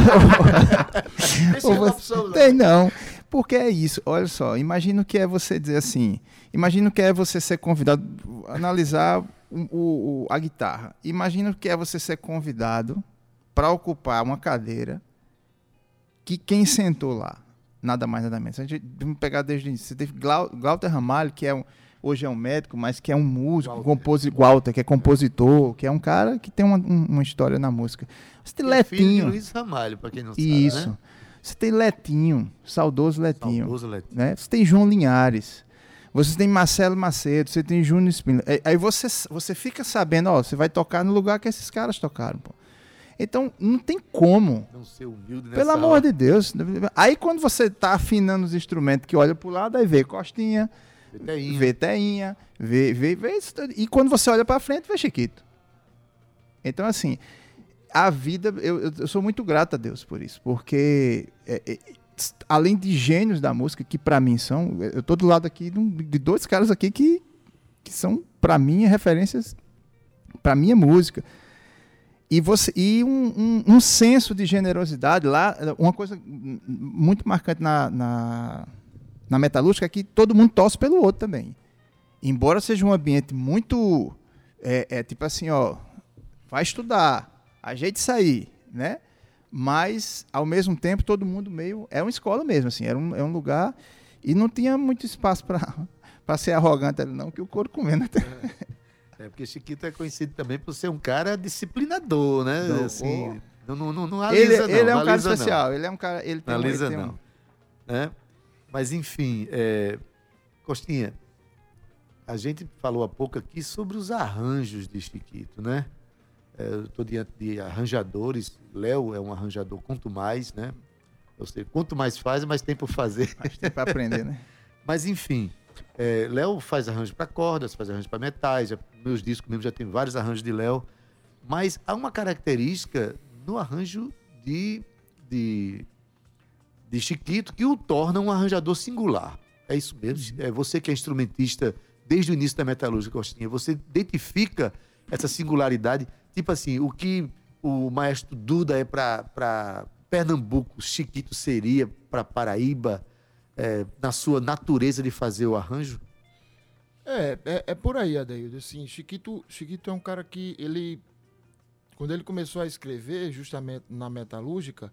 [SPEAKER 2] Esse
[SPEAKER 3] ou
[SPEAKER 2] é uma
[SPEAKER 3] você-
[SPEAKER 2] opção, Léo.
[SPEAKER 3] tem não, porque é isso. Olha só, imagina o que é você dizer assim, imagina o que é você ser convidado, analisar o, o- o- a guitarra, imagina o que é você ser convidado para ocupar uma cadeira que quem sentou lá, nada mais nada menos. A gente vamos pegar desde o início. Você teve Glau- Glauter Ramalho, que é um, hoje é um médico, mas que é um músico, composi- Walter, que é compositor, que é um cara que tem uma, um- uma história na música. Você tem
[SPEAKER 2] É filho de
[SPEAKER 3] Letinho.
[SPEAKER 2] Luiz Ramalho, para quem não
[SPEAKER 3] Isso.
[SPEAKER 2] sabe, né?
[SPEAKER 3] Você tem Letinho, saudoso Letinho.
[SPEAKER 2] Saudoso Letinho.
[SPEAKER 3] Né? Você tem João Linhares. Você tem Marcelo Macedo, você tem Júnior Espíndola. Aí- Aí você, você fica sabendo, ó, você vai tocar no lugar que esses caras tocaram, pô. Então, não tem como.
[SPEAKER 2] Não ser humilde nessa
[SPEAKER 3] Pelo amor
[SPEAKER 2] hora.
[SPEAKER 3] de Deus. Aí quando você tá afinando os instrumentos, que olha pro lado, aí vê Costinha,
[SPEAKER 2] Teinha.
[SPEAKER 3] vê Teinha, vê, vê, vê isso tudo. E quando você olha pra frente, vê Chiquito. Então, assim, a vida, eu, eu- eu sou muito grato a Deus por isso, porque é, é, além de gênios da música, que pra mim são, eu tô do lado aqui de um- de dois caras aqui que, que são, pra mim, referências pra minha música. E, você, e um, um, um senso de generosidade lá, uma coisa hum, muito marcante na, na, na metalúrgica é que todo mundo torce pelo outro também. Embora seja um ambiente muito, é, é tipo assim, ó, vai estudar, ajeite isso aí, né? Mas, ao mesmo tempo, todo mundo meio, é uma escola mesmo, assim, era um, é um lugar, e não tinha muito espaço para ser arrogante ali não, que o couro comendo até.
[SPEAKER 2] É porque Chiquito é conhecido também por ser um cara disciplinador, né?
[SPEAKER 3] Não,
[SPEAKER 2] Assim, não, não, não, não
[SPEAKER 3] Ele,
[SPEAKER 2] alisa, não.
[SPEAKER 3] ele é
[SPEAKER 2] não
[SPEAKER 3] um cara
[SPEAKER 2] alisa, não.
[SPEAKER 3] especial, ele é um cara, ele tem,
[SPEAKER 2] Não
[SPEAKER 3] um- ele
[SPEAKER 2] alisa,
[SPEAKER 3] tem um-
[SPEAKER 2] não. Né? Mas, enfim, é, Costinha, a gente falou há pouco aqui sobre os arranjos de Chiquito, né? É, eu estou diante de arranjadores. Léo é um arranjador, quanto mais, né? Ou seja, quanto mais faz, mais tem por fazer.
[SPEAKER 3] Acho que tem para aprender, né?
[SPEAKER 2] Mas, enfim, é, Léo faz arranjo para cordas, faz arranjo para metais. Já, meus discos mesmo já tem vários arranjos de Léo. Mas há uma característica no arranjo de, de, de Chiquito que o torna um arranjador singular. É isso mesmo. É você que é instrumentista desde o início da metalúrgica, Costinha. Você identifica essa singularidade. Tipo assim, o que o maestro Duda é para Pernambuco, Chiquito seria para Paraíba, é, na sua natureza de fazer o arranjo?
[SPEAKER 5] É, é, é por aí, Adaildo. Assim, Chiquito, Chiquito é um cara que ele, quando ele começou a escrever, justamente na metalúrgica,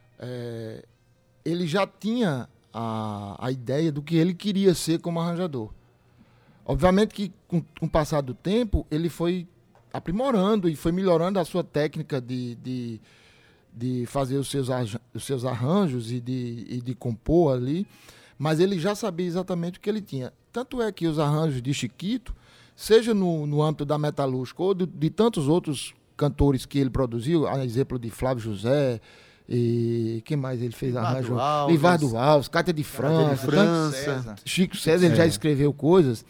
[SPEAKER 5] é, ele já tinha a, a ideia do que ele queria ser como arranjador. Obviamente que com, com o passar do tempo, ele foi aprimorando e foi melhorando a sua técnica de, de, de fazer os seus, arja- os seus arranjos e de, e de compor ali, mas ele já sabia exatamente o que ele tinha. Tanto é que os arranjos de Chiquito, seja no, no âmbito da metalúrgica ou de, de tantos outros cantores que ele produziu, a exemplo de Flávio José, e quem mais ele fez
[SPEAKER 2] Livardo
[SPEAKER 5] arranjo?
[SPEAKER 2] Alves.
[SPEAKER 5] Livardo Alves, Cátia de
[SPEAKER 2] Cátia de
[SPEAKER 5] França,
[SPEAKER 2] França.
[SPEAKER 3] César.
[SPEAKER 5] Chico César, ele já escreveu coisas.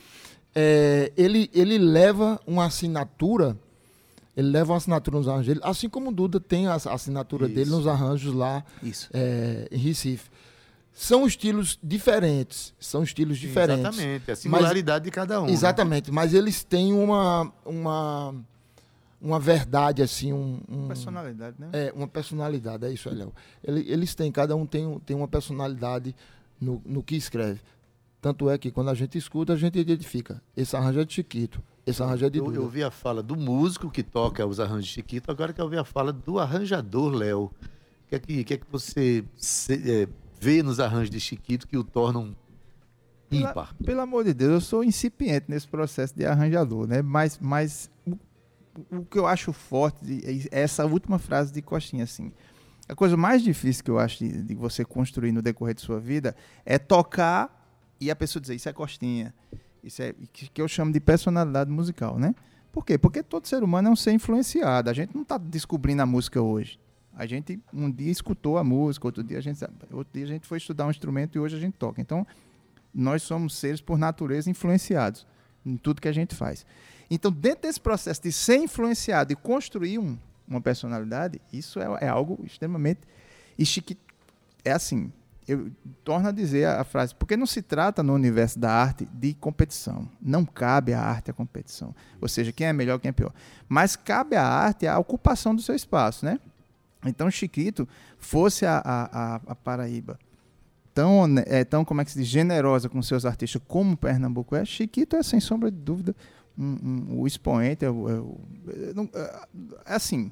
[SPEAKER 5] É, ele, ele leva uma assinatura, ele leva uma assinatura nos arranjos dele, assim como o Duda tem a a assinatura dele nos arranjos lá
[SPEAKER 3] Isso.
[SPEAKER 5] é, em Recife. São estilos diferentes, são estilos diferentes.
[SPEAKER 2] Exatamente, a singularidade de cada um. né?
[SPEAKER 5] Exatamente, mas eles têm uma, uma, uma verdade, assim, um, um-
[SPEAKER 3] Personalidade, né?
[SPEAKER 5] é, uma personalidade, é isso, Léo. Ele- Eles têm, cada um tem, um- tem uma personalidade no, no que escreve. Tanto é que quando a gente escuta, a gente identifica. Esse arranjo é de Chiquito, esse arranjo é de
[SPEAKER 2] Eu,
[SPEAKER 5] Duda.
[SPEAKER 2] eu ouvi a fala do músico que toca os arranjos de Chiquito, agora quero ouvir a fala do arranjador, Léo. O que é que, que, é que você se- é, vê nos arranjos de Chiquito que o tornam
[SPEAKER 3] Pela-
[SPEAKER 2] ímpar?
[SPEAKER 3] Pelo amor de Deus, eu sou incipiente nesse processo de arranjador, né? Mas, mas o- o que eu acho forte de, é essa última frase de Costinha, assim. A coisa mais difícil que eu acho de, de você construir no decorrer de sua vida é tocar e a pessoa dizer, isso é Costinha. Isso é que, que eu chamo de personalidade musical, né? Por quê? Porque todo ser humano é um ser influenciado. A gente não está descobrindo a música hoje. A gente um dia escutou a música, outro dia a gente, outro dia a gente foi estudar um instrumento e hoje a gente toca. Então, nós somos seres, por natureza, influenciados em tudo que a gente faz. Então, dentro desse processo de ser influenciado e construir um, uma personalidade, isso é, é algo extremamente... E chique, é assim, eu torno a dizer a, a frase, porque não se trata no universo da arte de competição. Não cabe à arte a competição. Ou seja, quem é melhor, quem é pior. Mas cabe à arte a ocupação do seu espaço, né? Então, Chiquito, fosse a, a, a Paraíba tão, é, tão, como é que se diz, generosa com seus artistas como Pernambuco é, Chiquito é, sem sombra de dúvida, um, um, o expoente. É, é, é, é assim,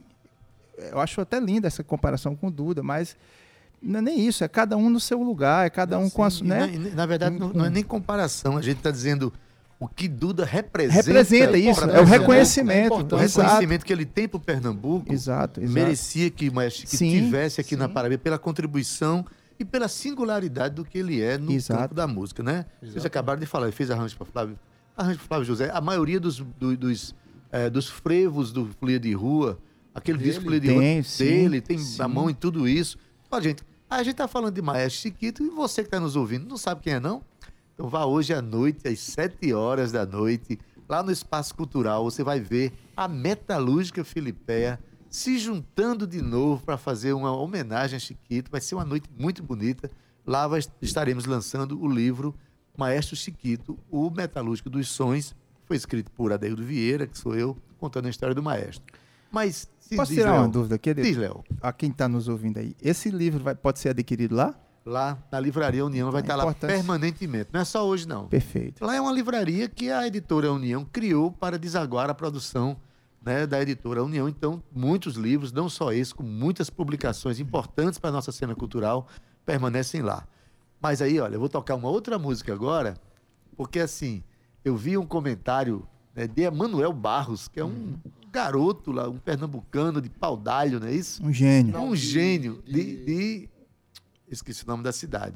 [SPEAKER 3] eu acho até linda essa comparação com o Duda, mas não é nem isso, é cada um no seu lugar, é cada um
[SPEAKER 2] Sim,
[SPEAKER 3] com a sua... Né?
[SPEAKER 2] Na, na verdade, não, não é nem comparação, a gente está dizendo... O que Duda representa...
[SPEAKER 3] Representa isso, é o reconhecimento.
[SPEAKER 2] O reconhecimento que ele tem para o Pernambuco.
[SPEAKER 3] Exato, exato.
[SPEAKER 2] Merecia que, mas, que
[SPEAKER 3] sim,
[SPEAKER 2] tivesse aqui
[SPEAKER 3] sim.
[SPEAKER 2] na Paraíba pela contribuição e pela singularidade do que ele é no
[SPEAKER 3] exato.
[SPEAKER 2] campo da música, né? Exato. Vocês acabaram de falar, ele fez arranjo para Flávio, arranjo para Flávio José. A maioria dos, do, dos, é, dos frevos do Folia de Rua, aquele dele, disco Folia de Rua
[SPEAKER 3] tem, sim,
[SPEAKER 2] dele, tem
[SPEAKER 3] sim.
[SPEAKER 2] a mão em tudo isso. Olha, gente, a gente está falando de Maestro Chiquito e você que está nos ouvindo não sabe quem é, não? Então vá hoje à noite, às sete horas da noite, lá no Espaço Cultural, você vai ver a Metalúrgica Filipéia se juntando de novo para fazer uma homenagem a Chiquito. Vai ser uma noite muito bonita. Lá vai, estaremos lançando o livro Maestro Chiquito, o Metalúrgico dos Sons. Foi escrito por Adeildo Vieira, que sou eu, contando a história do maestro. Mas, se
[SPEAKER 3] Posso
[SPEAKER 2] diz,
[SPEAKER 3] tirar
[SPEAKER 2] Léo,
[SPEAKER 3] uma dúvida aqui?
[SPEAKER 2] Diz, Léo.
[SPEAKER 3] A quem está nos ouvindo aí, esse livro vai, pode ser adquirido lá?
[SPEAKER 2] Lá na Livraria União, vai
[SPEAKER 3] A
[SPEAKER 2] estar lá
[SPEAKER 3] importância.
[SPEAKER 2] permanentemente. Não é só hoje, não.
[SPEAKER 3] Perfeito.
[SPEAKER 2] Lá é uma livraria que a editora União criou para desaguar a produção, né, da editora União. Então, muitos livros, não só esse, com muitas publicações importantes para a nossa cena cultural, permanecem lá. Mas aí, olha, eu vou tocar uma outra música agora, porque assim, eu vi um comentário, né, de Emanuel Barros, que é um garoto lá, um pernambucano de Paudalho, não é isso?
[SPEAKER 3] Um gênio.
[SPEAKER 2] Um gênio de... de... Esqueci o nome da cidade.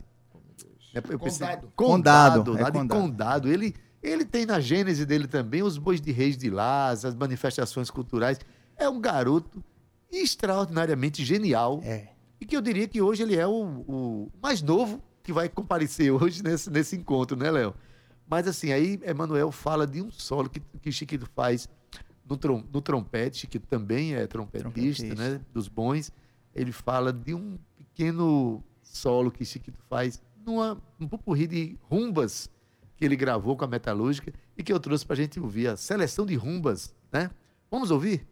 [SPEAKER 2] Eu pensei,
[SPEAKER 5] Condado.
[SPEAKER 2] Condado,
[SPEAKER 3] Condado,
[SPEAKER 2] lá
[SPEAKER 3] é
[SPEAKER 2] de
[SPEAKER 3] Condado.
[SPEAKER 2] Condado. Ele, ele tem na gênese dele também os bois de reis de Lás, as manifestações culturais. É um garoto extraordinariamente genial.
[SPEAKER 3] É.
[SPEAKER 2] E que eu diria que hoje ele é o, o mais novo que vai comparecer hoje nesse, nesse encontro, né, Léo? Mas assim, aí Emanuel fala de um solo que, que Chiquito faz no, trom, no trompete. Chiquito também é trompetista,
[SPEAKER 3] Trompetista.
[SPEAKER 2] né, dos bons. Ele fala de um pequeno solo que Chiquito faz numa, um pupurri de rumbas que ele gravou com a Metalúrgica e que eu trouxe pra gente ouvir, a seleção de rumbas, né? Vamos ouvir?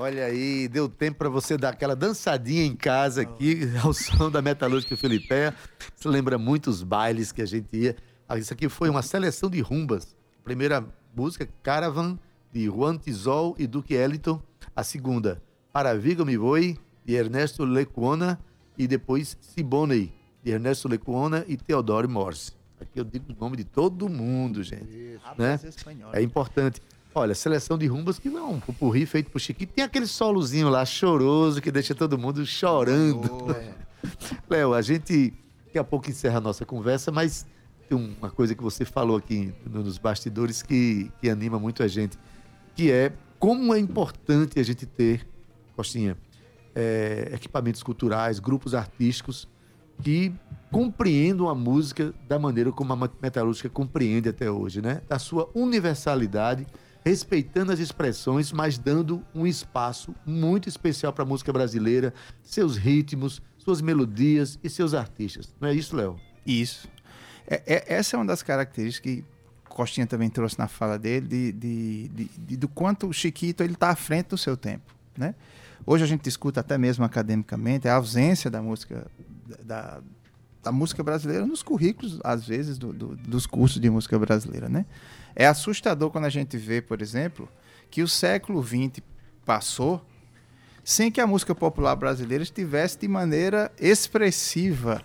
[SPEAKER 2] Olha aí, deu tempo para você dar aquela dançadinha em casa aqui, ao som da Metalúrgica Filipéia. Isso lembra muito os bailes que a gente ia. Ah, isso aqui foi uma seleção de rumbas. Primeira música, Caravan, de Juan Tizol e Duque Ellington. A segunda, Para Vigo Me Voy, de Ernesto Lecuona. E depois, Siboney, de Ernesto Lecuona e Theodore Morse. Aqui eu digo o nome de todo mundo, gente. Né? É importante. Olha, seleção de rumbas que não, um pupurri feito por Chiquinho. Tem aquele solozinho lá, choroso, que deixa todo mundo chorando.
[SPEAKER 3] Oh, é.
[SPEAKER 2] Léo, a gente daqui a pouco encerra a nossa conversa, mas tem uma coisa que você falou aqui nos bastidores que, que anima muito a gente, que é como é importante a gente ter, Costinha, é, equipamentos culturais, grupos artísticos que compreendam a música da maneira como a Metalúrgica compreende até hoje, né? Da sua universalidade, respeitando as expressões, mas dando um espaço muito especial para a música brasileira, seus ritmos, suas melodias e seus artistas. Não é isso, Léo?
[SPEAKER 3] Isso. É, é, essa é uma das características que Costinha também trouxe na fala dele, de, de, de, de, do quanto o Chiquito está à frente do seu tempo, né? Hoje a gente discute até mesmo academicamente a ausência da música, da, da música brasileira nos currículos, às vezes, do, do, dos cursos de música brasileira, né? É assustador quando a gente vê, por exemplo, que o século vinte passou sem que a música popular brasileira estivesse de maneira expressiva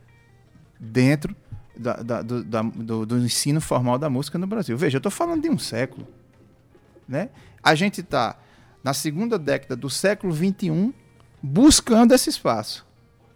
[SPEAKER 3] dentro da, da, do, da, do, do ensino formal da música no Brasil. Veja, eu estou falando de um século, né? A gente está na segunda década do século vinte e um buscando esse espaço.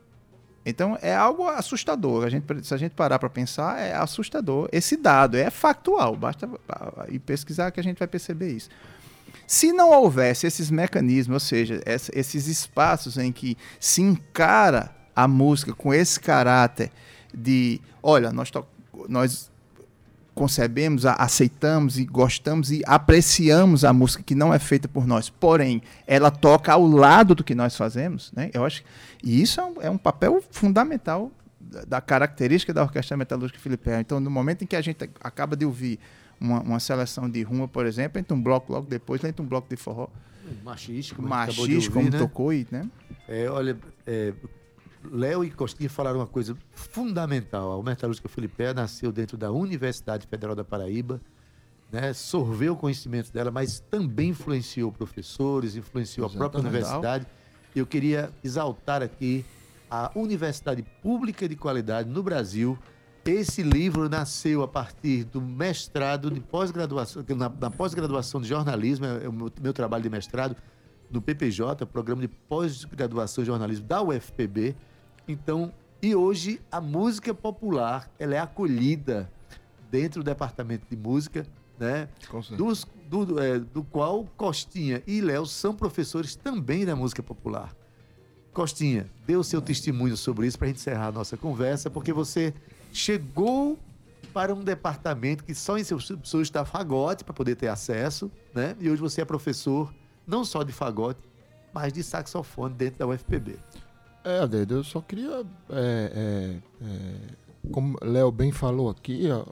[SPEAKER 3] Então, é algo assustador. A gente, se a gente parar para pensar, é assustador. Esse dado é factual. Basta ir pesquisar que a gente vai perceber isso. Se não houvesse esses mecanismos, ou seja, esses espaços em que se encara a música com esse caráter de, olha, nós, nós concebemos, aceitamos e gostamos e apreciamos a música que não é feita por nós, porém, ela toca ao lado do que nós fazemos, né? Eu acho que e isso é um, é um papel fundamental da, da característica da Orquestra Metalúrgica Filipéia. Então, no momento em que a gente acaba de ouvir uma, uma seleção de rumba, por exemplo, entra um bloco logo depois, entra um bloco de forró.
[SPEAKER 2] Machista,
[SPEAKER 3] Machista, como
[SPEAKER 2] né?
[SPEAKER 3] tocou aí, né?
[SPEAKER 2] É, olha, é, Léo e Costinha falaram uma coisa fundamental. A Metalúrgica Filipéia nasceu dentro da Universidade Federal da Paraíba, né? Sorveu o conhecimento dela, mas também influenciou professores, influenciou Exatamente. a própria universidade. Eu queria exaltar aqui a Universidade Pública de Qualidade no Brasil. Esse livro nasceu a partir do mestrado de pós-graduação, na, na pós-graduação de jornalismo, é o meu, meu trabalho de mestrado no P P J, Programa de Pós-Graduação de Jornalismo da U F P B. Então, e hoje a música popular, ela é acolhida dentro do departamento de música, né? Dos, do, é, do qual Costinha e Léo são professores também da música popular. Costinha, dê o seu testemunho sobre isso para a gente encerrar a nossa conversa, porque você chegou para um departamento que só em seus professores está fagote para poder ter acesso, né? E hoje você é professor não só de fagote, mas de saxofone dentro da U F P B.
[SPEAKER 5] É, Adedo, eu só queria, é, é, é, como Léo bem falou aqui, ó,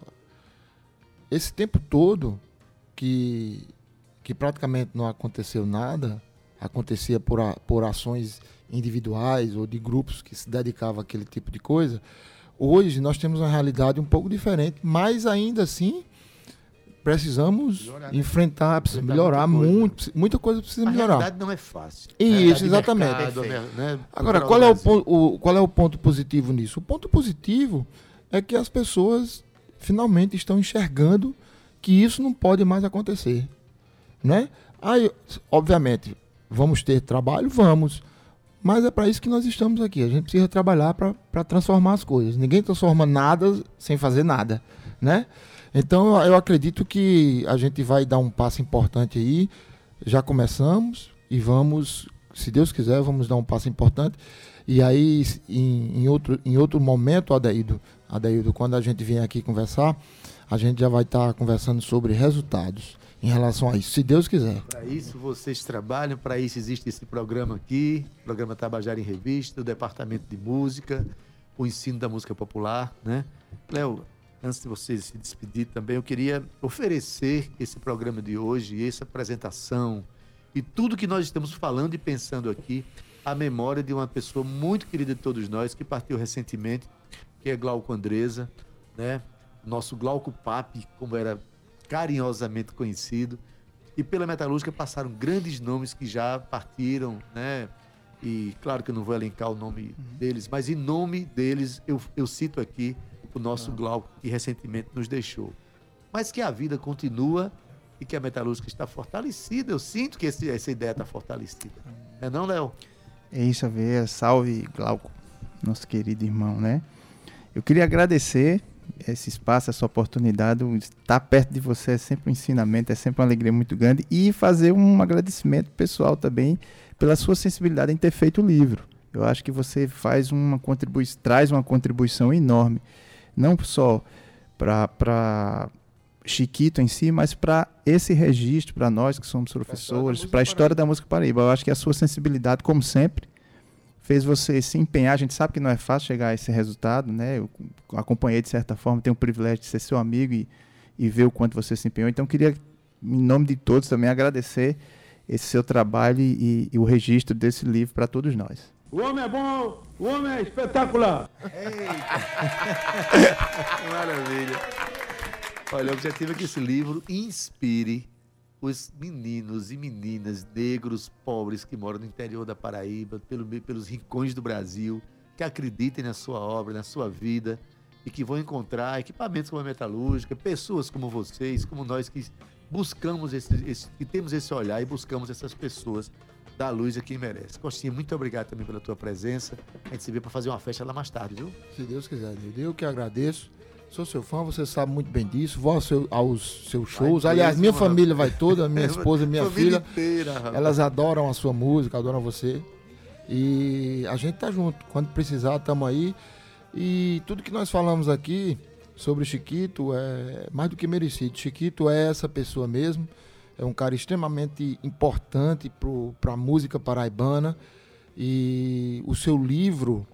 [SPEAKER 5] esse tempo todo que, que praticamente não aconteceu nada, acontecia por, a, por ações individuais ou de grupos que se dedicavam àquele tipo de coisa, hoje nós temos uma realidade um pouco diferente, mas ainda assim precisamos melhorar, né? enfrentar, precisa melhorar muita coisa, muito, muita coisa precisa
[SPEAKER 2] a
[SPEAKER 5] melhorar.
[SPEAKER 2] A realidade não é fácil.
[SPEAKER 5] Isso, exatamente.
[SPEAKER 2] Mercado, né?
[SPEAKER 5] Agora, qual é o, o, qual é o ponto positivo nisso? O ponto positivo é que as pessoas finalmente estão enxergando que isso não pode mais acontecer, né? Aí, obviamente, vamos ter trabalho? Vamos. Mas é para isso que nós estamos aqui. A gente precisa trabalhar para transformar as coisas. Ninguém transforma nada sem fazer nada, né? Então, eu acredito que a gente vai dar um passo importante aí. Já começamos e vamos, se Deus quiser, vamos dar um passo importante. E aí, em, em, outro, em outro momento, Adaildo, Adaildo, quando a gente vier aqui conversar, a gente já vai estar conversando sobre resultados em relação a isso, se Deus quiser.
[SPEAKER 2] Para isso vocês trabalham, para isso existe esse programa aqui, programa Tabajara em Revista, o Departamento de Música, o ensino da música popular, né? Léo, antes de você se despedir também, eu queria oferecer esse programa de hoje, essa apresentação, E tudo que nós estamos falando e pensando aqui, a memória de uma pessoa muito querida de todos nós, que partiu recentemente, que é Glauco Andresa, né? Nosso Glauco Papi, como era carinhosamente conhecido. E pela Metalúrgica passaram grandes nomes que já partiram, né? E claro que eu não vou elencar o nome uhum. deles, mas em nome deles eu, eu cito aqui o nosso uhum. Glauco, que recentemente nos deixou. Mas que a vida continua e que a Metalúrgica está fortalecida. Eu sinto que esse, essa ideia está fortalecida. Não é não, Léo?
[SPEAKER 3] É isso a ver. Salve, Glauco, nosso querido irmão, né? Eu queria agradecer esse espaço, essa oportunidade. Estar perto de você é sempre um ensinamento, é sempre uma alegria muito grande. E fazer um agradecimento pessoal também pela sua sensibilidade em ter feito o livro. Eu acho que você faz uma contribuição, traz uma contribuição enorme, não só para Chiquito em si, mas para esse registro, para nós que somos professores, para a história da música paraíba. Eu acho que a sua sensibilidade, como sempre, fez você se empenhar. A gente sabe que não é fácil chegar a esse resultado, né? Eu acompanhei de certa forma, tenho o privilégio de ser seu amigo e, e ver o quanto você se empenhou. Então, queria, em nome de todos, também agradecer esse seu trabalho e, e o registro desse livro para todos nós.
[SPEAKER 8] O homem é bom, o homem é espetacular.
[SPEAKER 2] Maravilha. Olha, o objetivo é que esse livro inspire os meninos e meninas negros, pobres, que moram no interior da Paraíba, pelo, pelos rincões do Brasil, que acreditem na sua obra, na sua vida, e que vão encontrar equipamentos como a Metalúrgica, pessoas como vocês, como nós que buscamos esse, esse, que temos esse olhar e buscamos essas pessoas da luz a quem merece. Costinha, muito obrigado também pela tua presença. A gente se vê para fazer uma festa lá mais tarde, viu?
[SPEAKER 5] Se Deus quiser, eu que agradeço. Sou seu fã, você sabe muito bem disso. Vou aos, seu, aos seus shows. Vai Aliás, mesmo, minha mano. família vai toda, minha esposa, minha filha. Inteira, elas adoram a sua música, adoram você. E a gente tá junto. Quando precisar, estamos aí. E tudo que nós falamos aqui sobre o Chiquito é mais do que merecido. Chiquito é essa pessoa mesmo. É um cara extremamente importante para a música paraibana. E o seu livro,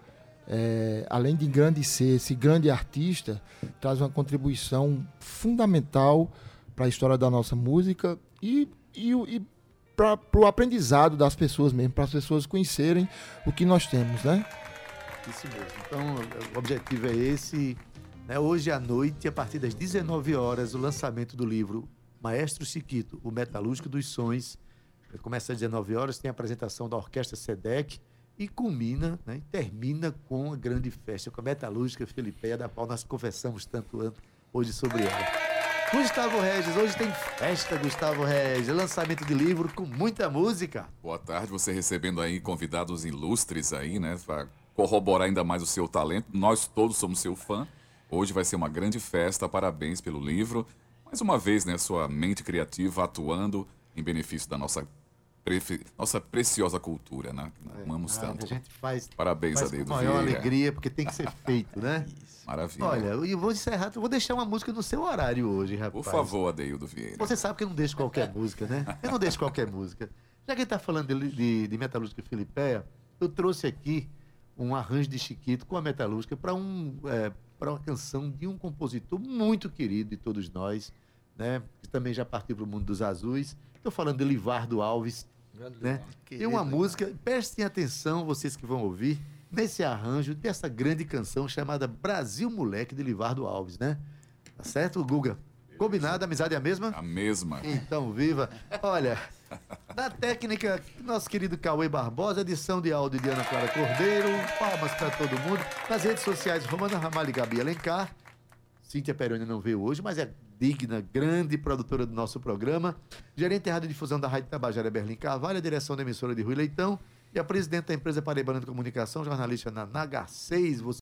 [SPEAKER 5] é, além de engrandecer esse grande artista, traz uma contribuição fundamental para a história da nossa música e, e, e para o aprendizado das pessoas mesmo, para as pessoas conhecerem o que nós temos, né?
[SPEAKER 2] Isso mesmo. Então, o objetivo é esse. Né? Hoje à noite, a partir das dezenove horas, o lançamento do livro Maestro Chiquito, o Metalúrgico dos Sons. Começa às dezenove horas, tem a apresentação da Orquestra SEDEC e culmina, né, e termina com a grande festa, com a Metalúrgica Felipeia, da qual nós conversamos tanto hoje sobre ela. Gustavo Regis, hoje tem festa, Gustavo Regis, lançamento de livro com muita música.
[SPEAKER 1] Boa tarde, você recebendo aí convidados ilustres aí, né, para corroborar ainda mais o seu talento. Nós todos somos seu fã. Hoje vai ser uma grande festa, parabéns pelo livro. Mais uma vez, né, sua mente criativa atuando em benefício da nossa, prefe... nossa preciosa cultura, né?
[SPEAKER 2] É,
[SPEAKER 1] amamos
[SPEAKER 2] ah,
[SPEAKER 1] tanto.
[SPEAKER 2] A gente faz,
[SPEAKER 1] Parabéns,
[SPEAKER 2] faz
[SPEAKER 1] Adeildo
[SPEAKER 2] com maior
[SPEAKER 1] Vieira.
[SPEAKER 2] alegria, porque tem que ser feito, né?
[SPEAKER 1] Isso. Maravilha.
[SPEAKER 2] Olha, eu vou encerrar, eu vou deixar uma música no seu horário hoje, rapaz.
[SPEAKER 1] Por favor, Adeildo Vieira.
[SPEAKER 2] Você sabe que eu não deixo qualquer música, né? Eu não deixo qualquer música. Já que a gente tá falando de, de, de Metalúrgica Felipeia, eu trouxe aqui um arranjo de Chiquito com a Metalúrgica para um, é, para uma canção de um compositor muito querido de todos nós, né? Que também já partiu para o mundo dos azuis. Estou falando de Livardo Alves, né? E uma música, prestem atenção, vocês que vão ouvir, nesse arranjo dessa grande canção chamada Brasil Moleque, de Livardo Alves, né? Tá certo, Guga? Combinado, a amizade é a mesma?
[SPEAKER 1] A mesma.
[SPEAKER 2] Então, viva! Olha, na técnica, nosso querido Cauê Barbosa, edição de áudio de Ana Clara Cordeiro, palmas para todo mundo. Nas redes sociais, Romana Ramalho e Gabi Alencar. Cíntia Peroni não veio hoje, mas é digna, grande produtora do nosso programa. Gerente de radiodifusão da Rádio Tabajara, Berlim Carvalho, a direção da emissora de Rui Leitão e a presidente da empresa Paraibana de Comunicação, jornalista na Nagar seis.